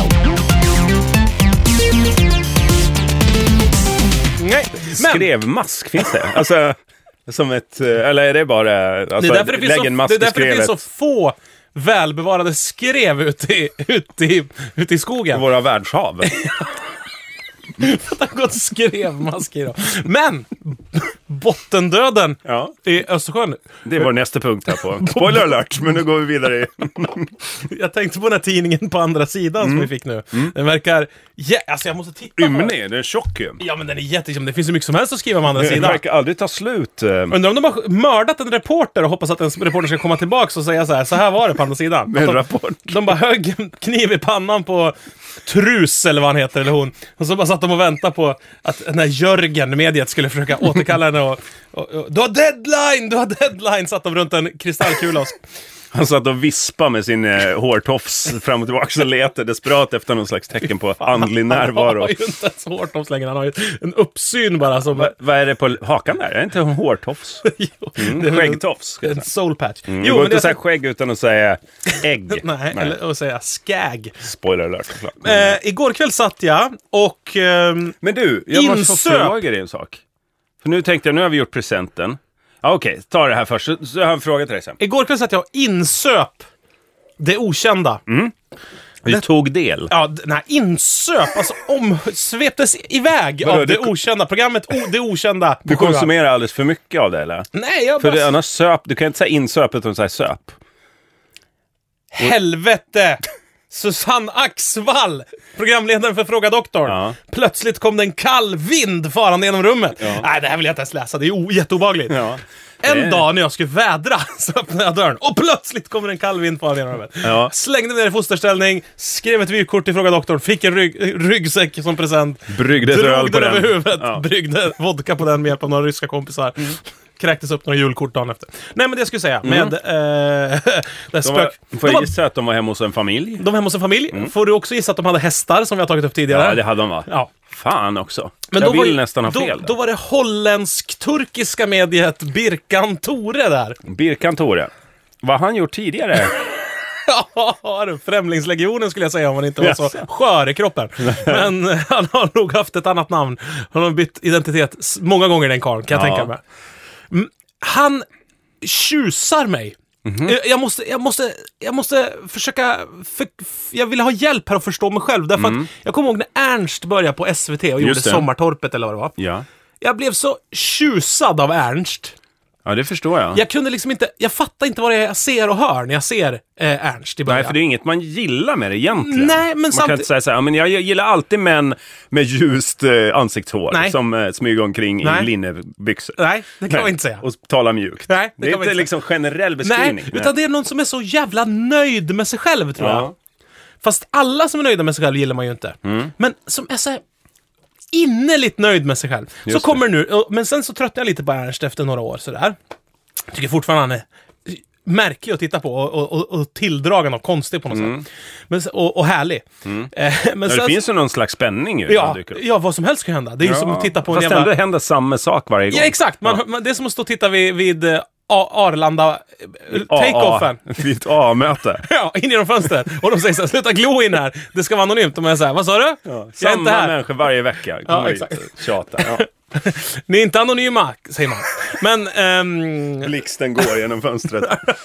Nej, men Skrevmask finns det? Alltså, som ett... Eller är det bara... Alltså, det är därför det finns, lägg så, en det mask är i därför det finns så skrevet. få välbevarade skrev ute i, ute i, ute i skogen. Våra världshav. Att han gått skrevmask i då. Men bottendöden Ja, i Östersjön. det är vår nästa punkt här på. Spoiler alert, men nu går vi vidare. Jag tänkte på den här tidningen på andra sidan som vi fick nu. Den verkar... Ja, alltså jag måste titta på den. Ymnig, den är tjock ju. Ja, men den är jättekim. Det finns ju mycket som helst att skriva på andra Den sidan. verkar aldrig ta slut. eh, Undrar om de har mördat en reporter och hoppas att en reporter ska komma tillbaka och säga så här, så här var det på andra sidan. Med Att en de, rapport. de bara högg en kniv i pannan på, Trus eller vad han heter, eller hon. Och så bara satt de och väntade på att när Jörgen, mediet, skulle försöka återkalla henne och, och, och du har deadline, du har deadline, satt de runt en kristallkula och... Han satt och vispa med sin eh, hårtofs fram och tillbaka och letade desperat efter någon slags tecken på andlig närvaro. Han har ju inte ens hårtofs längre, han har ju en uppsyn bara som... Va, vad är det på hakan där? Är det inte en hårtofs? Jo, mm, det är skäggtofs. En soul patch. Mm, jo, går men inte det att säga skägg utan att säga ägg. Nej, Nej, eller att säga skag. Spoiler alert. Eh, igår kväll satt jag och... Ehm, men du, jag måste få insöp. fråga dig en sak. För nu tänkte jag, nu har vi gjort presenten. Ja, okej, okay, ta det här först. Så, så har jag en fråga till dig sen. Igår kväll satt jag och insöp det okända. Mm. Vi det, tog del. Ja, d- nej, insöp. Alltså omsveptes iväg Vadå, av det du, okända. Programmet o, Det okända. Du konsumerar alldeles för mycket av det, eller? Nej, jag För bara... det, annars söp, du kan inte säga insöp utan säga söp. Helvete! Susanne Axvall, programledaren för Fråga Doktorn. Ja. Plötsligt kom det en kall vind farande genom rummet. Ja. Nej, det här vill jag inte ens läsa. Det är o- jätteobehagligt. Ja. En Det... dag när jag skulle vädra så öppnade jag dörren och plötsligt kommer en kall vind farande genom rummet. Ja. Slängde ner i fosterställning, skrev ett vykort till Fråga Doktorn, fick en rygg, ryggsäck som present. Bryggde ett öl drog på den över den. huvudet, Ja. bryggde vodka på den med hjälp av några ryska kompisar. Mm. Kräktes upp några julkort dagen efter. Nej, men det jag skulle säga med mm. eh, det spök... var, får jag gissa att de var hemma hos en familj? De var hemma hos en familj. Mm. Får du också gissa att de hade hästar som vi har tagit upp tidigare? Ja, det hade de, va? Ja. Fan också. Men jag då vill var, nästan ha då, fel. Då var det holländsk-turkiska mediet Birkan Tore där. Birkan Tore. Vad har han gjort tidigare? Ja, Främlingslegionen skulle jag säga om han inte var så skör i kroppen. Men han har nog haft ett annat namn. Han har bytt identitet många gånger, den karln, kan jag ja. tänka mig. Han tjusar mig. Mm-hmm. Jag måste, jag måste, jag måste försöka, för, jag vill ha hjälp här att förstå mig själv. Därför mm. att jag kommer ihåg när Ernst började på S V T och gjorde Sommartorpet eller vad det var. Ja. Jag blev så tjusad av Ernst. Ja, det förstår jag. Jag kunde liksom inte, jag fattar inte vad det är jag ser och hör när jag ser eh, Ernst i början. Nej, för det är inget man gillar med det egentligen. Nej, men man samt... kan inte säga så här, men jag gillar alltid män med ljust eh, ansiktshår Nej. som eh, smyger omkring Nej. i linnebyxor. Nej, det kan Nej. man inte säga. Och talar mjukt. Nej, det, det är kan inte liksom generell beskrivning. Nej, utan det är någon som är så jävla nöjd med sig själv, tror ja. jag. Fast alla som är nöjda med sig själv gillar man ju inte. Mm. Men som är så här innerligt nöjd med sig själv. Just så kommer det. nu, men sen så tröttnar jag lite på Ernst efter några år sådär. Jag tycker fortfarande han är märklig att titta på och, och, och tilldragande och konstig på något mm. sätt. Men, och, och härlig. Mm. Eh, men ja, sen, det finns ju någon slags spänning ju. Ja, ja, vad som helst kan hända. Det är ju ja. som att titta på Fast en jävla... ändå händer samma sak varje gång. Ja, exakt. Man, ja. man, det är som att stå och titta vid, vid uh, Arlanda take-offen. Vid ett A-möte. Ja, in genom fönstret. Och de säger så här, sluta glo in här. Det ska vara anonymt. Och man säger, vad sa du? Ja, samma inte här. Människor varje vecka. Ja, exakt. Tjata. Ja. Ni är inte anonyma, säger man. Men... Um... Blixten går genom fönstret.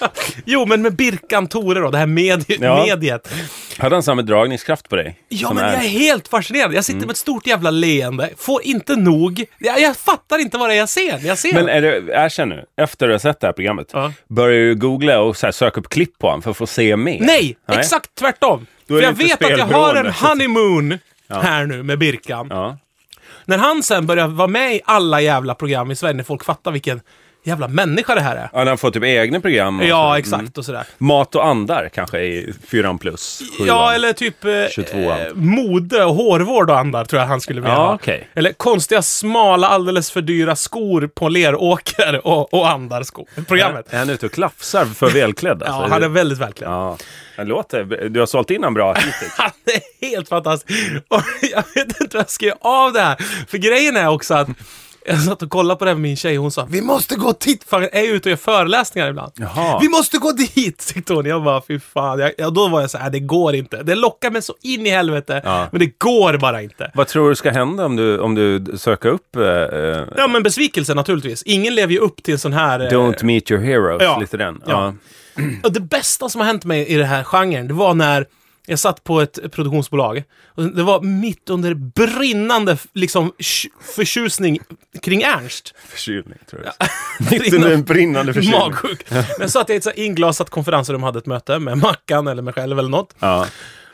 Jo, men med Birkan Tore då, det här medi- ja. mediet. Hade han samma dragningskraft på dig? Ja, men är... jag är helt fascinerad. Jag sitter mm. med ett stort jävla leende. Får inte nog. Jag, jag fattar inte vad det är jag ser. Jag ser. Men är det, erkänn nu, efter du har sett det här programmet, ja. börjar du googla och så här, söka upp klipp på honom för att få se mer? Nej, Nej? exakt tvärtom. För jag vet att jag har en honeymoon ja. här nu med Birkan. Ja. När han sen börjar vara med i alla jävla program i Sverige, när folk fattar vilken jävla människa det här är. Ja, han får typ egna program. Och ja, så. exakt. Mm. Och sådär. Mat och andar kanske i fyran plus. sjuan, ja, eller typ eh, mode och hårvård och andar tror jag han skulle vilja ja, ha. Okay. Eller konstiga, smala, alldeles för dyra skor på leråker och, och andarskor. Programmet. Är han ute och klafsar för välklädd? Alltså? Ja, han är väldigt välklädd. Ja. Han låter, du har sålt in han bra hittills. Han är helt fantastisk. Och jag vet inte vad jag ska göra av det här. För grejen är också att jag satt och kollade på det med min tjej och hon sa, vi måste gå dit, för jag är ute och gör föreläsningar ibland. Jaha. Vi måste gå dit, tyckte hon. Jag bara, fy fan. Jag, ja, då var jag så här, det går inte. Det lockar mig så in i helvete, ja. men det går bara inte. Vad tror du ska hända om du, om du söker upp... Eh, ja, men besvikelse naturligtvis. Ingen lever ju upp till en sån här... Eh, Don't meet your heroes, ja. lite den. Ja. Ja. Och det bästa som har hänt mig i det här genren, det var när jag satt på ett produktionsbolag. Och det var mitt under brinnande liksom, förtjusning kring Ernst. Förkylning, tror jag. Ja. Mitt under en brinnande förkylning. Magsjuk. Men så att jag i ett så inglasat konferensrum hade ett möte med Mackan eller mig själv eller något. Ja.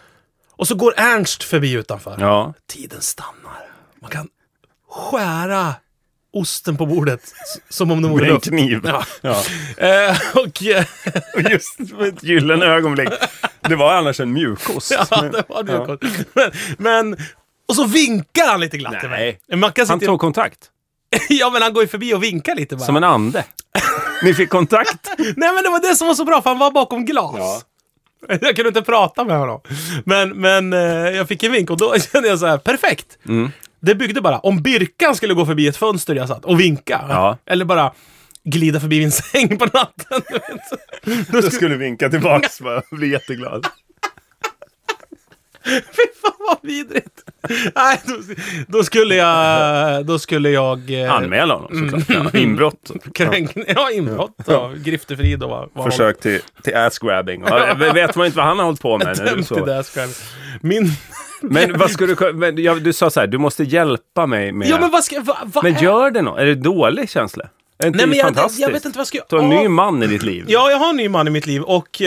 Och så går Ernst förbi utanför. Ja. Tiden stannar. Man kan skära osten på bordet som om det vore luft. En kniv. Ja. Ja. Eh, och, och just med ett gyllene ögonblick Det var annars en mjukost. Ja, det var mjukost. Ja. Men, men, och så vinkar han lite glatt till mig. Mackan han tog kontakt. Ja, men han går ju förbi och vinkar lite bara. Som en ande. Ni fick kontakt. Nej, men det var det som var så bra, för han var bakom glas. Ja. Jag kunde inte prata med honom. Men, men eh, jag fick en vink och då kände jag så här, perfekt. Mm. Det byggde bara, om Birkan skulle gå förbi ett fönster jag satt och vinka. Ja. Eller bara glida förbi min säng på natten. Då skulle, då skulle vinka tillbaks och bli jätteglad. Fy fan vad vidrigt. Nej, då, då skulle jag Då skulle jag eh, anmäla honom såklart. Ja, inbrott. Kränk, ja, inbrott ja. Griftefrid och vad, vad försök till, till ass-grabbing. Ja, vet man inte vad han har hållit på med nu, så. Min... Men vad ska du men, ja, du sa så här, du måste hjälpa mig med. Ja, men vad ska va, va, Men gör det nå? Är det dålig känsla? Är det Nej, men jag, fantastiskt? jag vet inte vad ska jag. Du har en ny man i ditt liv. Ja, jag har en ny man i mitt liv och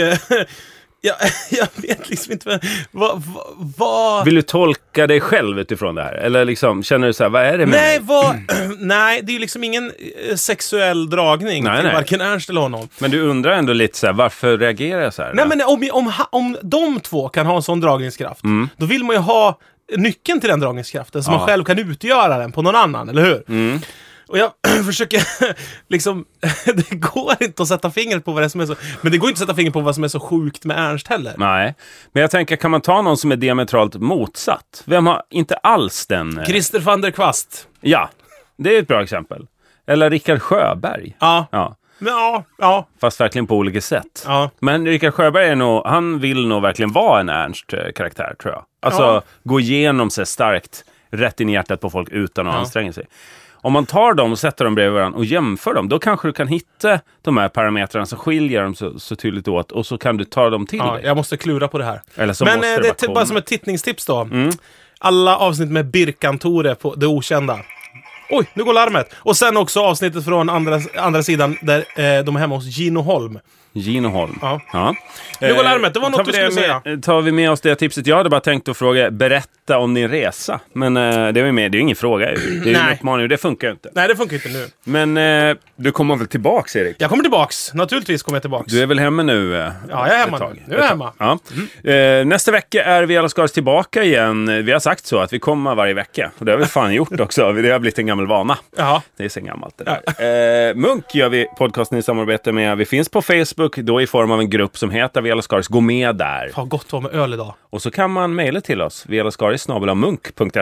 Jag, jag vet liksom inte vad, vad, vad... Vill du tolka dig själv utifrån det här? Eller liksom, känner du så här, vad är det med Nej, vad... nej, det är ju liksom ingen sexuell dragning nej, till nej. varken Ernst eller honom. Men du undrar ändå lite så här, varför reagerar jag så här? Nej, men om, om, om de två kan ha en sån dragningskraft, mm. då vill man ju ha nyckeln till den dragningskraften så ja. man själv kan utgöra den på någon annan, eller hur? Mm. Och jag försöker liksom, det går inte att sätta fingret på vad det som är så, men det går inte att sätta fingret på vad som är så sjukt med Ernst heller. Nej, men jag tänker, kan man ta någon som är diametralt motsatt? Vem har inte alls den? Christer van der Kvast. Ja, det är ett bra exempel. Eller Rickard Sjöberg. Ja. Ja. Ja, ja. Fast verkligen på olika sätt. Ja. Men Rickard Sjöberg är nog, han vill nog verkligen vara en Ernst-karaktär, tror jag. Alltså, ja. gå igenom sig starkt, rätt in i hjärtat på folk utan att ja. anstränga sig. Om man tar dem och sätter dem bredvid varandra och jämför dem, då kanske du kan hitta de här parametrarna som skiljer dem så, så tydligt åt, och så kan du ta dem till ja, dig. Jag måste klura på det här. Eller så Men måste eh, det det bara, är bara bara som ett tittningstips då. Mm. Alla avsnitt med Birkan Tore på Det Okända. Oj, nu går larmet. Och sen också avsnittet från andra, andra sidan där eh, de är hemma hos Gino Holm. Gino Holm. Ja. ja. Nu går larmet, det var något du skulle med, säga. Tar vi med oss det tipset? Jag hade bara tänkt att fråga, berätta om din resa. Men eh, det är ju med, det är ingen fråga. Det är ju en uppmaning, det funkar inte. Nej, det funkar inte nu. Men eh, du kommer väl tillbaks, Erik? Jag kommer tillbaks, naturligtvis kommer jag tillbaks. Du är väl hemma nu? Eh, ja, jag är hemma nu. Nu är jag hemma. Ja. Mm. Eh, nästa vecka är vi alla Skaris tillbaka igen. Vi har sagt så, att vi kommer varje vecka. Och det har vi fan gjort också. Det har blivit en gammal vana. Jaha. Det är så gammalt det där. Ja. Eh, Munk gör vi podcasten i samarbete med. Vi finns på Facebook, då i form av en grupp som heter Vi alla Skaris. Gå med där. Har gott var med öl idag. Och så kan man mejla till oss. Vi alla Skaris snabel-a munk punkt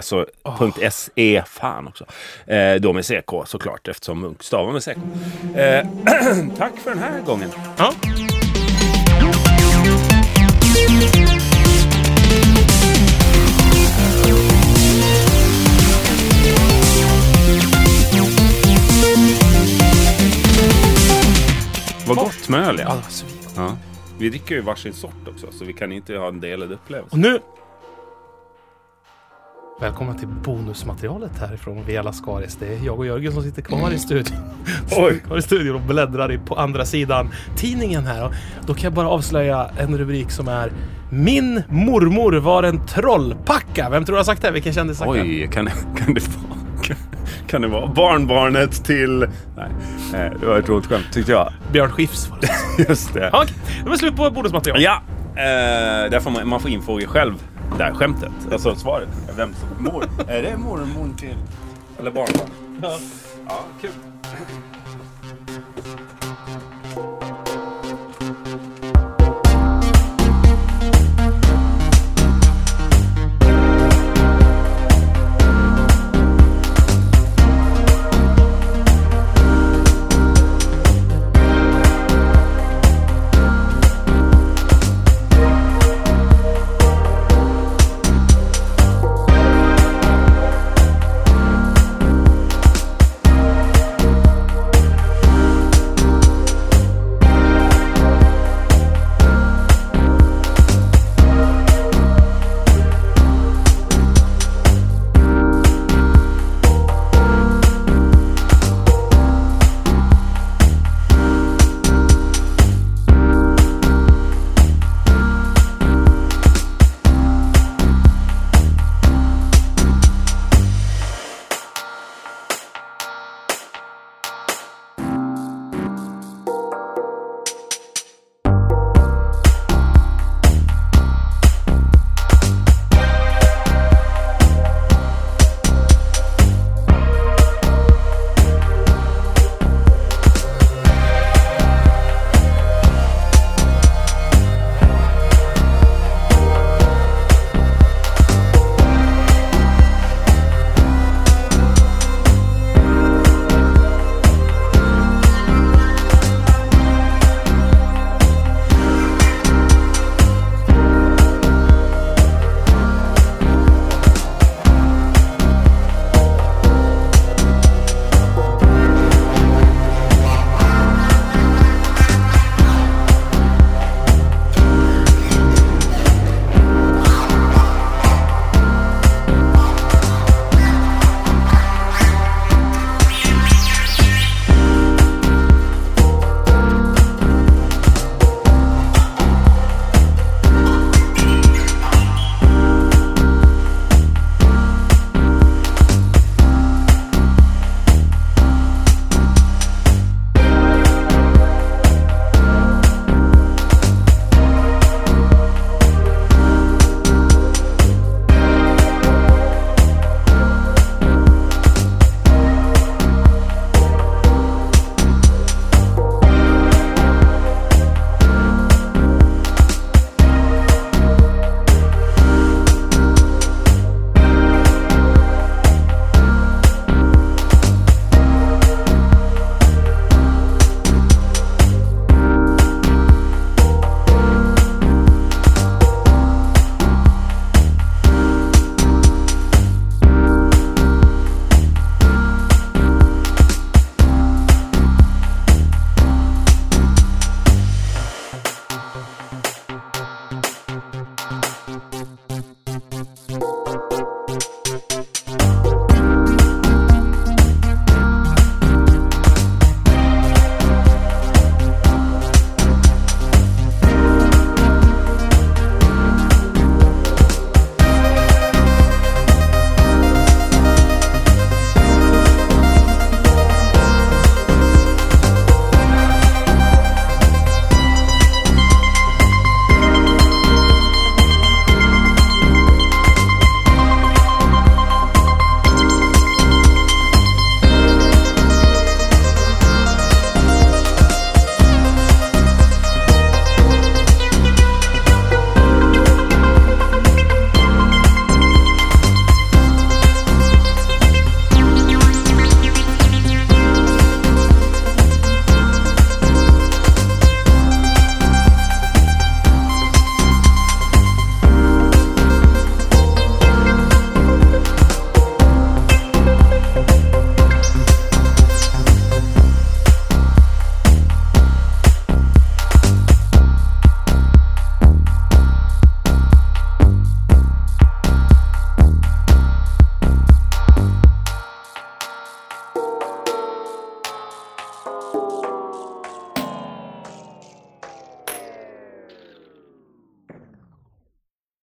se. Fan också. Eh, då med C K såklart, eftersom Munk stavar med C K. Eh, tack för den här gången. Ja. Vad gott med öl, ja. Ja. Vi dricker ju varsin sort också, så vi kan inte ha en delad upplevelse. Och nu... Välkomna till bonusmaterialet härifrån Vi alla Skaris. Det är jag och Jörgen som sitter kvar i studion. Oj. Kvar i studion och bläddrar på andra sidan tidningen här. Och då kan jag bara avslöja en rubrik som är Min mormor var en trollpacka. Vem tror du har sagt det? Vilken kändis sagt det? Oj, kan, kan det vara... Kan det vara barnbarnet till... Nej, det var ett roligt skämt, tyckte jag. Björn Skifs var det. Just det. Okej, det var slut på bonusmaterial. Ja, eh, där får man, man får infråga själv. Där skämtet, alltså svaret. Vem som mor? Är det mormor till... Eller barnbarn? Ja. Ja, kul.